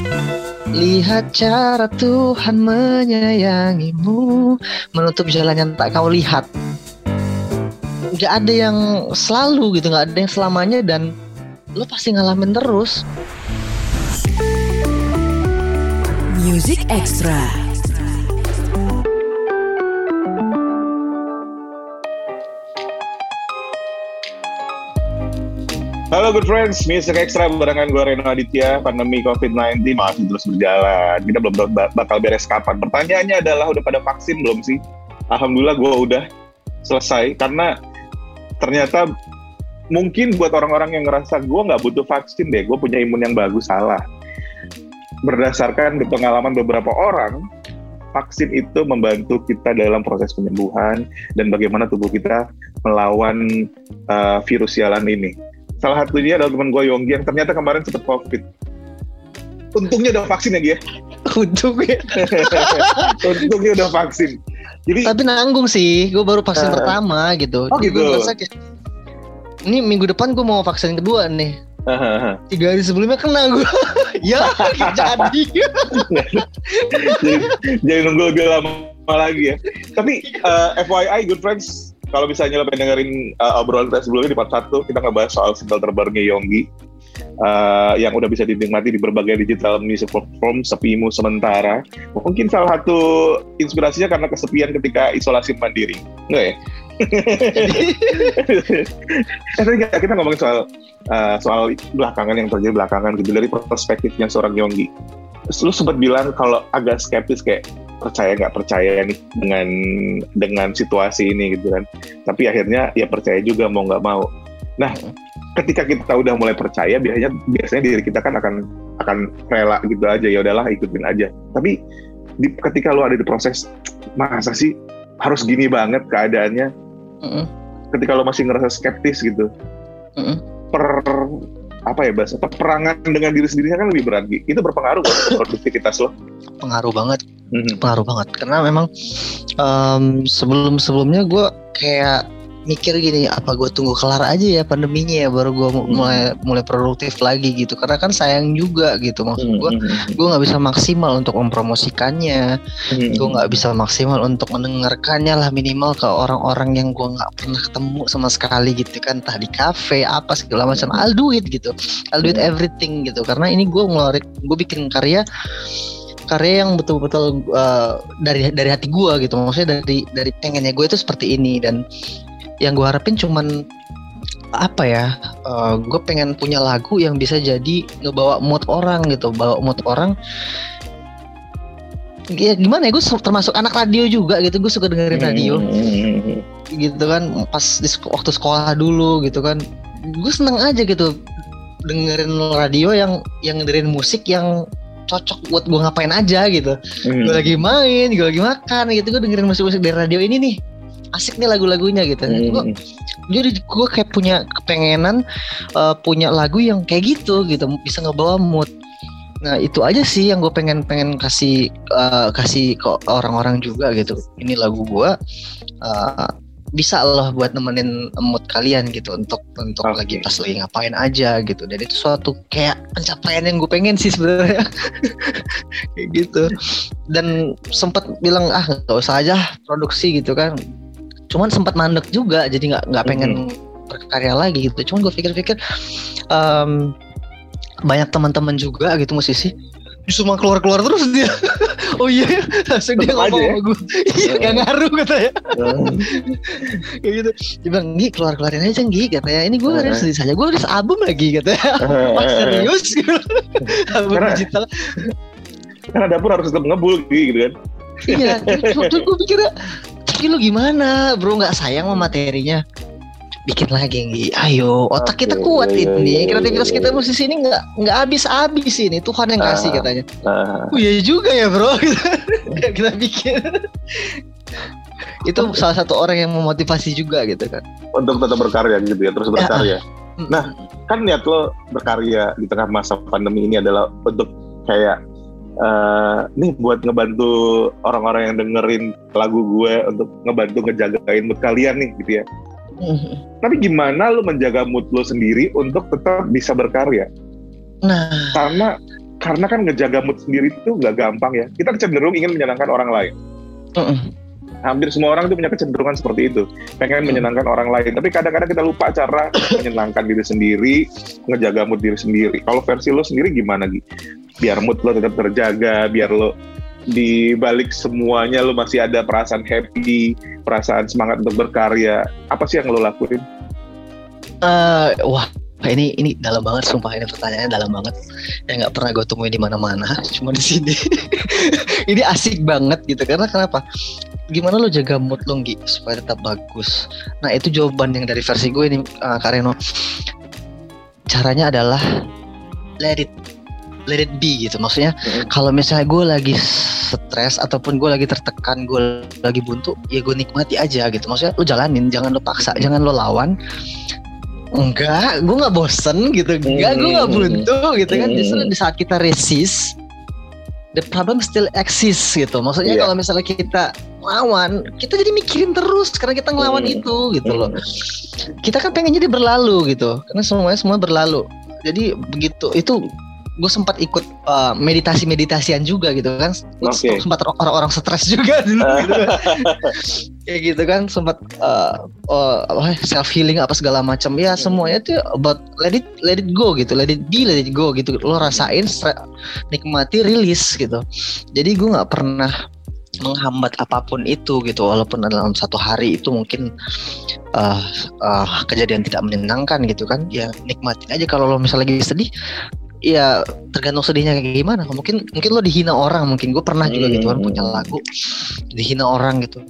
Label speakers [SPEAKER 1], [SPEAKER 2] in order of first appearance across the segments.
[SPEAKER 1] Lihat cara Tuhan menyayangimu, menutup jalan yang tak kau lihat. Gak ada yang selalu gitu, gak ada yang selamanya, dan lo pasti ngalamin terus.
[SPEAKER 2] Music Extra.
[SPEAKER 3] Halo good friends, Music Extra barengan gue Reno Aditya. Pandemi COVID-19 masih terus berjalan. Kita belum bakal beres kapan. Pertanyaannya adalah udah pada vaksin belum sih? Alhamdulillah gue udah selesai. Karena ternyata mungkin buat orang-orang yang ngerasa gue gak butuh vaksin deh, gue punya imun yang bagus, salah. Berdasarkan pengalaman beberapa orang, vaksin itu membantu kita dalam proses penyembuhan dan bagaimana tubuh kita melawan virus sialan ini. Salah satunya adalah teman gue Yonggi yang ternyata kemarin sempat COVID. Untungnya udah vaksin ya Gi ya?
[SPEAKER 1] Untungnya.
[SPEAKER 3] Untungnya udah vaksin. Jadi,
[SPEAKER 1] tapi nanggung sih, gue baru vaksin pertama gitu.
[SPEAKER 3] Oh gitu.
[SPEAKER 1] Ini minggu depan gue mau vaksin kedua nih. 3 hari sebelumnya kena gue. Ya jadi.
[SPEAKER 3] Jadi nunggu lebih lama lagi ya. Tapi FYI good friends, kalau misalnya lo pengen dengerin obrolan kita sebelumnya di part 1, kita ngebahas soal single terbarunya Yonggi yang udah bisa dinikmati di berbagai digital music platform sepimu sementara. Mungkin salah satu inspirasinya karena kesepian ketika isolasi mandiri. Enggak ya? Tadi kita ngomongin soal belakangan yang terjadi belakangan gitu, dari perspektifnya seorang Yonggi. Lu sempat bilang kalau agak skeptis kayak percaya nggak percaya nih dengan situasi ini gitu kan, tapi akhirnya ya percaya juga mau nggak mau. Nah, ketika kita udah mulai percaya, biasanya diri kita kan akan rela gitu aja, ya udahlah ikutin aja. Tapi ketika lu ada di proses, masa sih harus gini banget keadaannya? Ketika lu masih ngerasa skeptis gitu, peperangan dengan diri sendirinya kan lebih berat. Itu berpengaruh ke produktivitas lo? Pengaruh banget. Karena memang sebelumnya gue kayak mikir gini, apa gue tunggu kelar aja ya pandeminya ya baru gue mulai produktif lagi gitu. Karena kan sayang juga gitu, maksud gue nggak bisa maksimal untuk mempromosikannya, gue nggak bisa maksimal untuk mendengarkannya lah, minimal ke orang-orang yang gue nggak pernah ketemu sama sekali gitu kan, entah di kafe apa segala macam. I'll do it everything gitu. Karena ini gue bikin karya yang betul-betul dari hati gue gitu, maksudnya dari pengennya gue itu seperti ini. Dan yang gue harapin cuman gue pengen punya lagu yang bisa jadi ngebawa mood orang gitu, ya gimana ya, gue termasuk anak radio juga gitu, gue suka dengerin radio gitu kan, pas waktu sekolah dulu gitu kan, gue seneng aja gitu dengerin radio yang dengerin musik yang cocok buat gue ngapain aja gitu. Gue lagi main, gue lagi makan gitu, gue dengerin musik-musik dari radio ini nih, asik nih lagu-lagunya gitu. Jadi gue kayak punya kepengenan punya lagu yang kayak gitu bisa ngebawa mood. Nah itu aja sih yang gue pengen kasih ke orang-orang juga gitu. Ini lagu gue bisa loh buat nemenin mood kalian gitu, untuk lagi pas lagi ngapain aja gitu. Dan itu suatu kayak pencapaian yang gue pengen sih sebenarnya. Kayak gitu. Dan sempat bilang nggak usah aja produksi gitu kan, cuman sempat mandek juga, jadi nggak pengen berkarya lagi gitu. Cuman gue pikir-pikir banyak teman-teman juga gitu musisi justru mau keluar terus dia. Oh iya, langsung dia ngomong sama gue, iya gak ngaruh katanya. Kayak gitu, dia bilang, Gi keluarin aja Gi katanya, ini gue harus sedih saja, gue harus album lagi katanya. Wah serius gitu. Album digital. Karena dapur harus tetap ngebul gitu kan. Iya, waktu gue pikirnya, tapi lu gimana bro, gak sayang sama materinya? Bikin lagi Gi, ayo, otak kita kuat ini, kreativitas kita musisi ini nggak habis ini, Tuhan yang kasih katanya. Iya juga ya bro, kita bikin. Itu salah satu orang yang memotivasi juga gitu kan, untuk tetap berkarya gitu ya, terus berkarya. Nah kan niat lo berkarya di tengah masa pandemi ini adalah untuk kayak nih buat ngebantu orang-orang yang dengerin lagu gue, untuk ngebantu ngejagain mood kalian nih gitu ya. Tapi gimana lu menjaga mood lu sendiri untuk tetap bisa berkarya? Nah, karena
[SPEAKER 4] karena kan ngejaga mood sendiri itu nggak gampang ya. Kita cenderung ingin menyenangkan orang lain. Hampir semua orang itu punya kecenderungan seperti itu, pengen menyenangkan orang lain. Tapi kadang-kadang kita lupa cara menyenangkan diri sendiri, ngejaga mood diri sendiri. Kalau versi lo sendiri gimana Gi? Biar mood lo tetap terjaga, biar lo di balik semuanya lo masih ada perasaan happy, perasaan semangat untuk berkarya. Apa sih yang lo lakuin?
[SPEAKER 1] Wah, ini dalam banget, sumpah ini pertanyaannya dalam banget. Yang nggak pernah gue temuin di mana-mana, cuma di sini. Ini asik banget gitu. Karena kenapa? Gimana lo jaga mood lo Gi supaya tetap bagus? Nah itu jawaban yang dari versi gue ini, Kak Reno. Caranya adalah let it be gitu. Maksudnya kalau misalnya gue lagi stres ataupun gue lagi tertekan, gue lagi buntu, ya gue nikmati aja gitu. Maksudnya lo jalanin, jangan lo paksa, jangan lo lawan. Enggak, gue nggak bosen gitu. Enggak, gue nggak buntu gitu kan. Justru di saat kita resist, the problem still exists gitu. Maksudnya kalau misalnya kita lawan, kita jadi mikirin terus karena kita ngelawan itu gitu loh. Kita kan pengen jadi berlalu gitu, karena semua berlalu. Jadi begitu itu. Gue sempat ikut meditasi-meditasian juga gitu kan. Sempat orang-orang stres juga dulu gitu. Kayak gitu kan, sempat self healing apa segala macam. Ya semuanya tuh about let it go gitu, let it be, let it go gitu. Lo rasain, nikmati, rilis gitu. Jadi gue nggak pernah menghambat apapun itu gitu, walaupun dalam satu hari itu mungkin kejadian tidak menyenangkan gitu kan. Ya nikmatin aja. Kalau lo misalnya lagi sedih, ya tergantung sedihnya kayak gimana. Mungkin lo dihina orang, mungkin gue pernah juga gitu kan, punya lagu dihina orang gitu.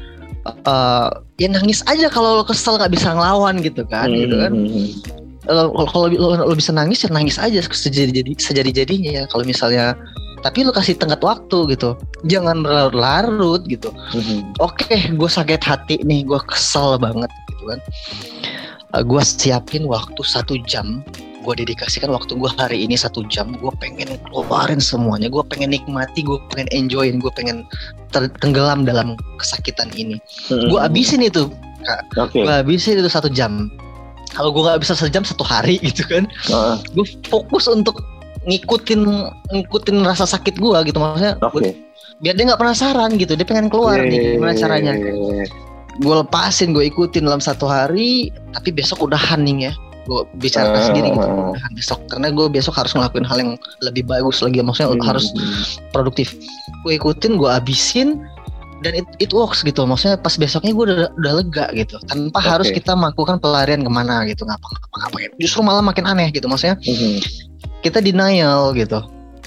[SPEAKER 1] Ya nangis aja kalau lo kesel nggak bisa ngelawan gitu kan, gitu kan. Kalau lo bisa nangis ya nangis aja sejadi-jadinya ya. Kalau misalnya, tapi lo kasih tenggat waktu gitu, jangan berlarut gitu. Oke, gue sakit hati nih, gue kesel banget gitu kan. Gue siapin waktu 1 jam. Gue dedikasikan waktu gue hari ini 1 jam. Gue pengen keluarin semuanya. Gue pengen nikmati, gue pengen enjoyin, gue pengen tenggelam dalam kesakitan ini. Gue abisin itu, Kak. Gue abisin itu 1 jam. Kalau gue gak bisa 1 jam, 1 hari gitu kan. Gue fokus untuk ngikutin rasa sakit gue gitu. Maksudnya biar dia gak penasaran gitu. Dia pengen keluar nih, gimana caranya. Gue lepasin, gue ikutin dalam 1 hari. Tapi besok udah hening ya. Gue bicara sendiri gitu besok, karena gue besok harus ngelakuin hal yang lebih bagus lagi, maksudnya harus produktif. Gue ikutin, gue abisin, dan it works gitu. Maksudnya pas besoknya gue udah lega gitu, tanpa harus kita melakukan pelarian kemana gitu, ngapa-ngapain. Justru malah makin aneh gitu. Maksudnya kita denial gitu,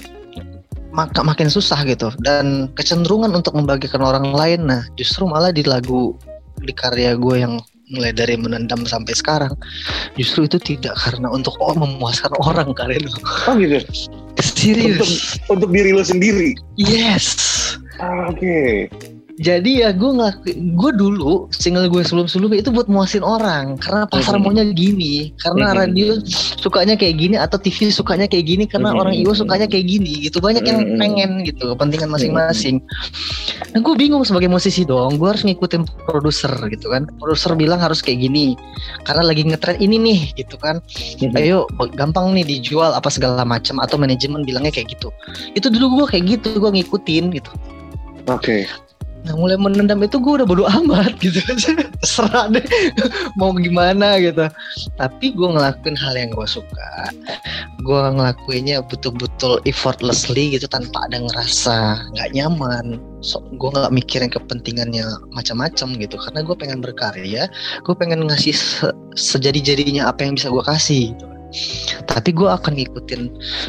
[SPEAKER 1] makin susah gitu, dan kecenderungan untuk membagikan orang lain. Nah justru malah di karya gue yang mulai dari menendam sampai sekarang, justru itu tidak karena untuk memuaskan orang, Karen.
[SPEAKER 4] Oh gitu.
[SPEAKER 1] Serius.
[SPEAKER 4] Untuk diri lo sendiri.
[SPEAKER 1] Yes.
[SPEAKER 4] Oke.
[SPEAKER 1] Jadi ya gue dulu single gue sebelum-sebelumnya itu buat muasin orang, karena pasar maunya gini, karena radio sukanya kayak gini, atau TV sukanya kayak gini, karena orang IO sukanya kayak gini gitu. Banyak yang pengen gitu, kepentingan masing-masing. Nah gue bingung sebagai musisi dong, gue harus ngikutin produser gitu kan. Produser bilang harus kayak gini karena lagi ngetren ini nih gitu kan. Ayo gampang nih dijual apa segala macam, atau manajemen bilangnya kayak gitu. Itu dulu gue kayak gitu, gue ngikutin gitu.
[SPEAKER 4] Oke.
[SPEAKER 1] Nah mulai menendam itu gue udah bodo amat gitu. Terserah deh mau gimana gitu. Tapi gue ngelakuin hal yang gue suka. Gue ngelakuinnya betul-betul effortlessly gitu, tanpa ada ngerasa gak nyaman. Gue gak mikirin kepentingannya macam-macam gitu, karena gue pengen berkarya. Gue pengen ngasih sejadi-jadinya apa yang bisa gue kasih gitu. Tapi gue akan ngikutin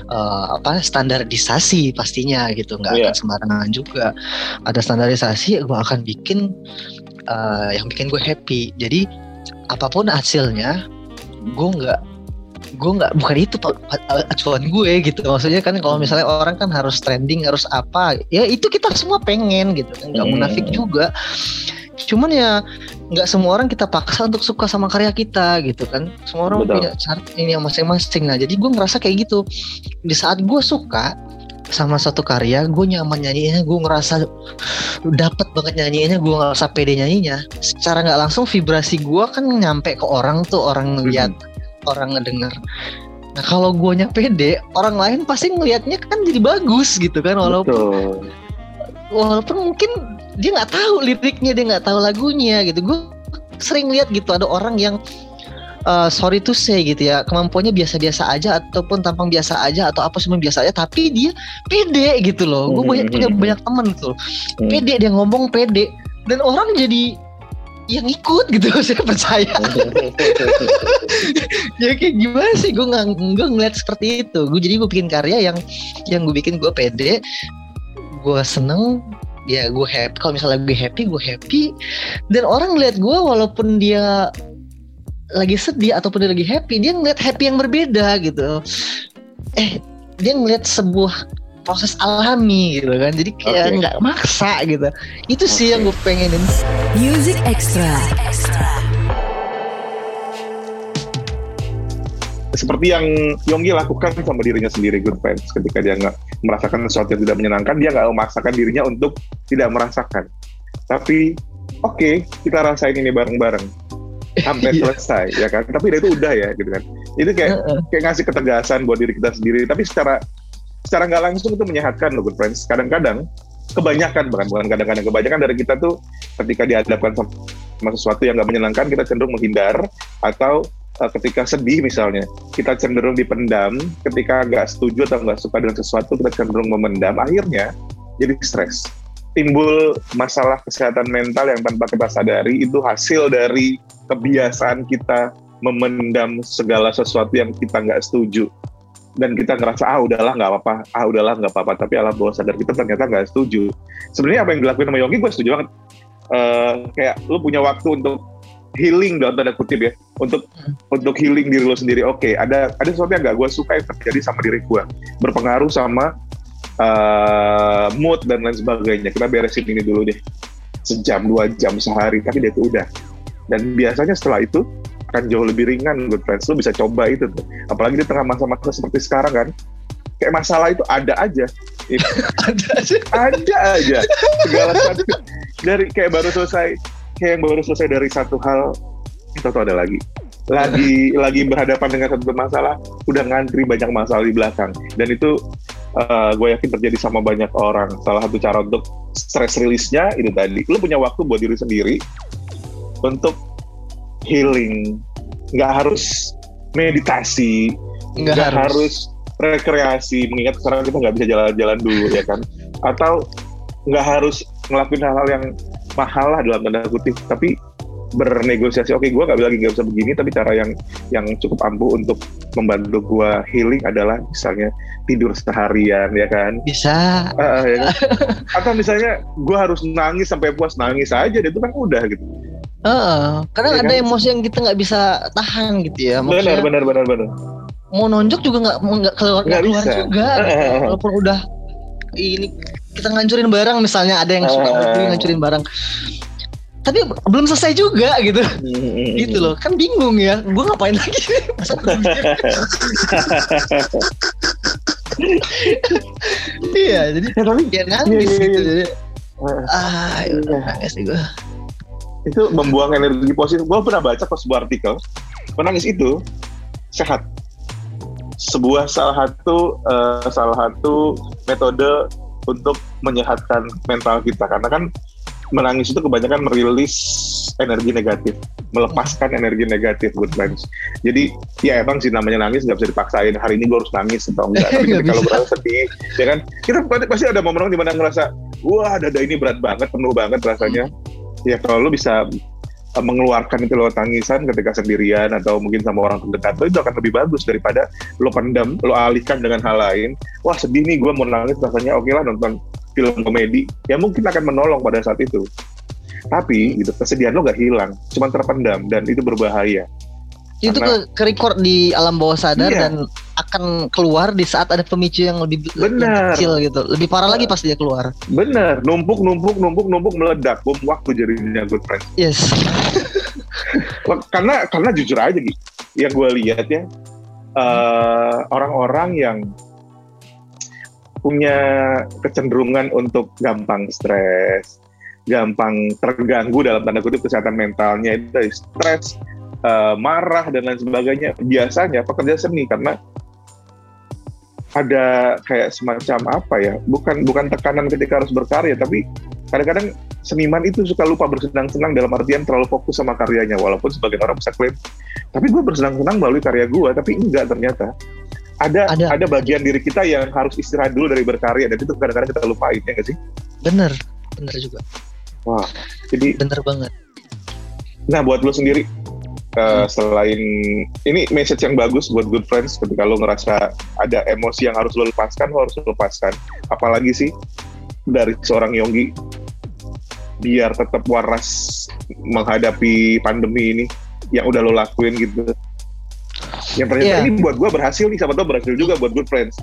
[SPEAKER 1] standarisasi pastinya gitu, nggak akan sembarangan juga. Ada standarisasi, gue akan bikin yang bikin gue happy. Jadi apapun hasilnya, gue nggak bukan itu acuan gue gitu. Maksudnya kan kalau misalnya orang kan harus trending, harus apa, ya itu kita semua pengen gitu kan, nggak munafik juga. Cuman ya nggak semua orang kita paksa untuk suka sama karya kita gitu kan. Semua orang punya cara ini yang masing-masing. Nah jadi gue ngerasa kayak gitu. Di saat gue suka sama satu karya, gue nyaman nyanyinya, gue ngerasa dapet banget nyanyinya, gue ngerasa pede nyanyinya. Secara nggak langsung vibrasi gue kan nyampe ke orang tuh, orang ngeliat, orang ngedenger. Nah kalau guanya pede, orang lain pasti ngelihatnya kan jadi bagus gitu kan, walaupun mungkin dia nggak tahu liriknya, dia nggak tahu lagunya gitu. Gue sering lihat gitu ada orang yang sorry to say gitu ya, kemampuannya biasa-biasa aja ataupun tampang biasa aja atau apa semua biasa aja, tapi dia pede gitu loh. Gue punya banyak temen tuh, pede, dia ngomong pede dan orang jadi yang ikut gitu. Saya percaya. Ya kayak gimana sih, gue ngeliat seperti itu. Jadi gue bikin karya yang gue bikin, gue pede, gue seneng, ya gue happy. Kalau misalnya gue happy, dan orang ngeliat gue walaupun dia lagi sedih ataupun dia lagi happy, dia ngeliat happy yang berbeda gitu. Dia ngeliat sebuah proses alami gitu kan, jadi kayak nggak maksa gitu. Itu sih yang gue pengenin.
[SPEAKER 2] Music Extra.
[SPEAKER 4] Seperti yang Yonggi lakukan sama dirinya sendiri, Good Friends. Ketika dia nggak merasakan sesuatu yang tidak menyenangkan, dia nggak memaksakan dirinya untuk tidak merasakan. Tapi kita rasain ini bareng-bareng sampai selesai, ya kan? Tapi itu udah ya, gitu kan? Itu kayak ngasih ketegasan buat diri kita sendiri. Tapi secara nggak langsung itu menyehatkan loh, Good Friends. Kadang-kadang, kebanyakan dari kita tuh ketika dihadapkan sama sesuatu yang nggak menyenangkan, kita cenderung menghindar, atau ketika sedih misalnya, kita cenderung dipendam. Ketika nggak setuju atau nggak suka dengan sesuatu, kita cenderung memendam. Akhirnya jadi stres. Timbul masalah kesehatan mental yang tanpa kita sadari, itu hasil dari kebiasaan kita memendam segala sesuatu yang kita nggak setuju. Dan kita ngerasa, udahlah nggak apa-apa, tapi alam bawah sadar kita ternyata nggak setuju. Sebenarnya apa yang dilakuin sama Yonggi, gue setuju banget. Kayak lu punya waktu untuk healing dalam tanda kutip ya, untuk healing diri lo sendiri. Ada sesuatu yang nggak gue suka yang terjadi sama diri gue, berpengaruh sama mood dan lain sebagainya. Kita beresin ini dulu deh, sejam, 2 jam, sehari, tapi dia tuh udah. Dan biasanya setelah itu akan jauh lebih ringan, Good Friends. Lo bisa coba itu tuh. Apalagi di tengah masa-masa seperti sekarang kan, kayak masalah itu ada aja. Ada aja. Segala sesuatu. Dari kayak yang baru selesai dari satu hal, itu ada lagi. Lagi berhadapan dengan satu masalah, udah ngantri banyak masalah di belakang. Dan itu gue yakin terjadi sama banyak orang. Salah satu cara untuk stress release-nya itu tadi. Lo punya waktu buat diri sendiri untuk healing. Nggak harus meditasi, nggak harus rekreasi, mengingat sekarang kita nggak bisa jalan-jalan dulu ya kan, atau nggak harus ngelakuin hal-hal yang mahal lah dalam tanda kutip, tapi bernegosiasi. Gue nggak bisa begini, tapi cara yang cukup ampuh untuk membantu gue healing adalah misalnya tidur seharian, ya kan,
[SPEAKER 1] bisa
[SPEAKER 4] ya kan? Atau misalnya gue harus nangis sampai puas, nangis aja, itu kan udah gitu.
[SPEAKER 1] Kadang
[SPEAKER 4] Ya
[SPEAKER 1] ada
[SPEAKER 4] kan?
[SPEAKER 1] emosi yang kita nggak bisa tahan gitu ya. Maksudnya,
[SPEAKER 4] Benar.
[SPEAKER 1] mau nonjok juga nggak keluar juga. Walaupun udah ini kita ngancurin barang, misalnya ada yang suka ngancurin barang, tapi belum selesai juga gitu. Gitu loh, kan bingung ya. Gue ngapain lagi? Iya, jadi dia nangis gitu. Jadi, nangis sih gue.
[SPEAKER 4] Itu membuang energi positif. Gue pernah baca sebuah artikel, menangis itu sehat. Salah satu metode untuk menyehatkan mental kita, karena kan menangis itu kebanyakan merilis energi negatif, melepaskan energi negatif, Good Friends. Jadi ya emang sih namanya nangis nggak bisa dipaksain. Hari ini gue harus nangis atau enggak. Tapi kalau berasa sedih, ya kan, kita pasti ada momen di mana ngerasa, wah dada ini berat banget, penuh banget rasanya. Ya kalau lo bisa mengeluarkan itu lewat tangisan ketika sendirian atau mungkin sama orang terdekat lo, itu akan lebih bagus daripada lo pendam, lo alihkan dengan hal lain. Wah sedih nih, gue mau nangis, rasanya oke lah nonton film komedi, ya mungkin akan menolong pada saat itu. Tapi gitu, kesedihan lo gak hilang, cuma terpendam, dan itu berbahaya.
[SPEAKER 1] Itu ke record di alam bawah sadar, dan akan keluar di saat ada pemicu yang lebih kecil gitu. Lebih parah lagi pas dia keluar.
[SPEAKER 4] Bener, numpuk, meledak, bom waktu jadinya, Good Friends.
[SPEAKER 1] Yes.
[SPEAKER 4] karena jujur aja gitu, yang gue lihat ya, orang-orang yang punya kecenderungan untuk gampang stres, gampang terganggu dalam tanda kutip kesehatan mentalnya, itu dari stres, marah dan lain sebagainya, biasanya pekerja seni, karena ada kayak semacam apa ya, bukan tekanan ketika harus berkarya, tapi kadang-kadang seniman itu suka lupa bersenang-senang dalam artian terlalu fokus sama karyanya, walaupun sebagian orang bisa klaim tapi gue bersenang-senang melalui karya gue, tapi enggak, ternyata ada bagian diri kita yang harus istirahat dulu dari berkarya, dan itu kadang-kadang kita lupain, ya nggak sih?
[SPEAKER 1] Bener juga.
[SPEAKER 4] Wah, jadi
[SPEAKER 1] bener banget.
[SPEAKER 4] Nah, buat lo sendiri, selain ini message yang bagus buat good friends, ketika lo ngerasa ada emosi yang harus lo lepaskan, lo harus lepaskan. Apalagi sih dari seorang Yonggi biar tetap waras menghadapi pandemi ini yang udah lo lakuin gitu. Yang ternyata ini buat gue berhasil nih, siapa tau berhasil juga buat good friends.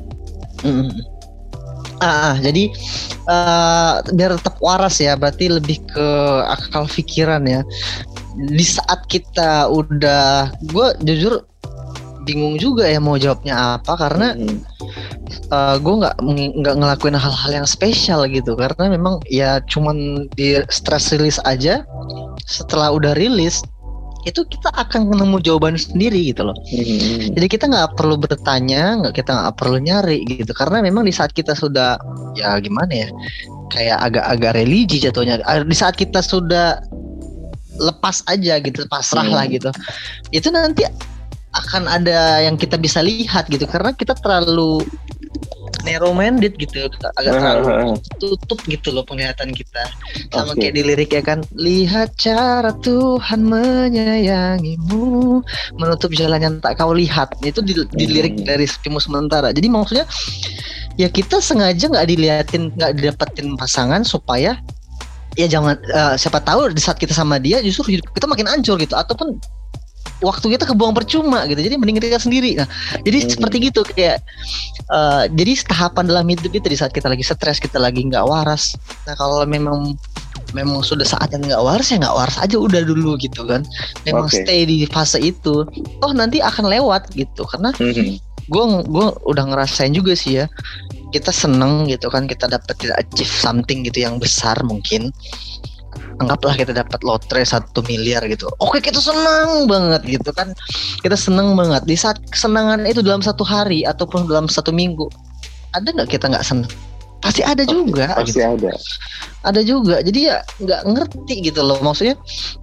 [SPEAKER 1] Jadi biar tetap waras ya, berarti lebih ke akal pikiran ya. Di saat kita udah, gue jujur bingung juga ya mau jawabnya apa, karena gue nggak ngelakuin hal-hal yang spesial gitu, karena memang ya cuman di stress release aja. Setelah udah rilis itu kita akan menemu jawaban sendiri gitu loh. Jadi kita nggak perlu bertanya, kita nggak perlu nyari gitu, karena memang di saat kita sudah ya gimana ya, kayak agak-agak religi jatuhnya, di saat kita sudah lepas aja gitu, pasrah lah gitu, itu nanti akan ada yang kita bisa lihat gitu, karena kita terlalu narrow-minded gitu, agak terlalu tutup gitu loh penglihatan kita. Sama kayak di lirik ya kan, lihat cara Tuhan menyayangimu, menutup jalan yang tak kau lihat. Itu di lirik dari Primus Sementara. Jadi maksudnya ya kita sengaja nggak didapetin pasangan supaya ya jangan, siapa tahu di saat kita sama dia justru hidup kita makin hancur gitu, ataupun waktu kita kebuang percuma gitu. Jadi mending kita sendiri. Nah, jadi seperti gitu kayak jadi tahapan dalam hidup itu di saat kita lagi stres, kita lagi nggak waras. Nah, kalau memang sudah saatnya nggak waras ya nggak waras aja udah dulu gitu kan. Memang stay di fase itu. Oh, nanti akan lewat gitu. Karena gue udah ngerasain juga sih ya. Kita seneng gitu kan, kita dapat achieve something gitu yang besar mungkin. Anggaplah kita dapat lotre 1 miliar gitu. Oke, kita senang banget gitu kan. Kita senang banget. Di saat kesenangan itu dalam 1 hari ataupun dalam 1 minggu, ada nggak kita nggak senang? Pasti ada juga.
[SPEAKER 4] Pasti gitu.
[SPEAKER 1] Ada juga. Jadi ya nggak ngerti gitu loh. Maksudnya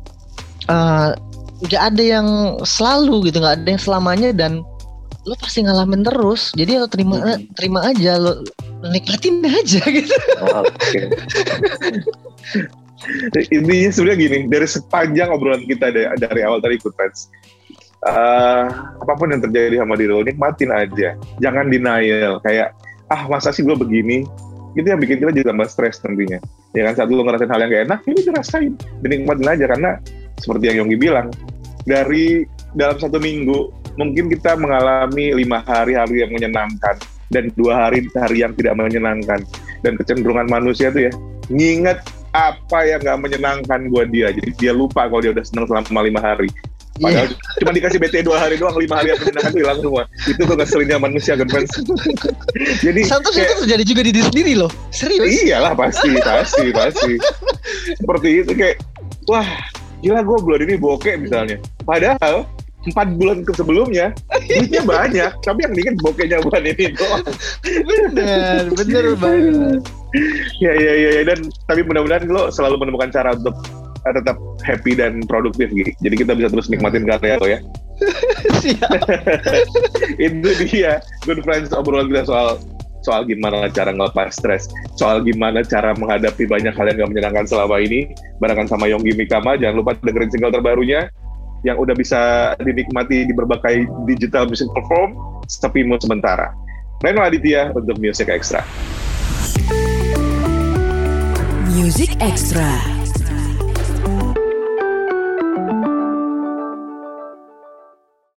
[SPEAKER 1] nggak ada yang selalu gitu, nggak ada yang selamanya, dan lo pasti ngalamin terus. Jadi lo terima aja, lo nikmatin aja gitu.
[SPEAKER 4] Intinya sebenarnya gini, dari sepanjang obrolan kita dari awal tadi good friends, apapun yang terjadi sama diri lo, nikmatin aja, jangan denial kayak masa sih gue begini, itu yang bikin kita jadi tambah stres nantinya. Ya kan, saat lo ngerasain hal yang gak enak, ini dirasain, dinikmatin aja, karena seperti yang Yonggi bilang, dalam 1 minggu mungkin kita mengalami 5 hari yang menyenangkan dan 2 hari yang tidak menyenangkan, dan kecenderungan manusia tuh ya nginget apa yang gak menyenangkan buat dia. Jadi dia lupa kalau dia udah senang selama 5 hari. Padahal cuma dikasih BT 2 hari doang, 5 hari yang menyenangkan itu hilang semua. Itu tuh ngeselinnya manusia kan, friends. Jadi
[SPEAKER 1] Santos itu terjadi juga di diri sendiri loh. Serius?
[SPEAKER 4] Iyalah, pasti. Seperti itu, kayak wah gila gue bulan ini bokeh misalnya. Padahal 4 bulan sebelumnya duitnya banyak, tapi yang diinget bokehnya bulan ini doang.
[SPEAKER 1] Bener banget.
[SPEAKER 4] Ya, dan tapi mudah-mudahan lo selalu menemukan cara untuk tetap happy dan produktif gitu. Jadi kita bisa terus nikmatin karya lo ya. Itu dia good friends, obrolan kita soal gimana cara ngelepas stres, soal gimana cara menghadapi banyak hal yang gak menyenangkan selama ini, barengan sama Yonggi Mikama. Jangan lupa dengerin single terbarunya yang udah bisa dinikmati di berbagai digital music platform, Sepimu Sementara. Reno Aditya untuk Music Extra.
[SPEAKER 2] Music Extra.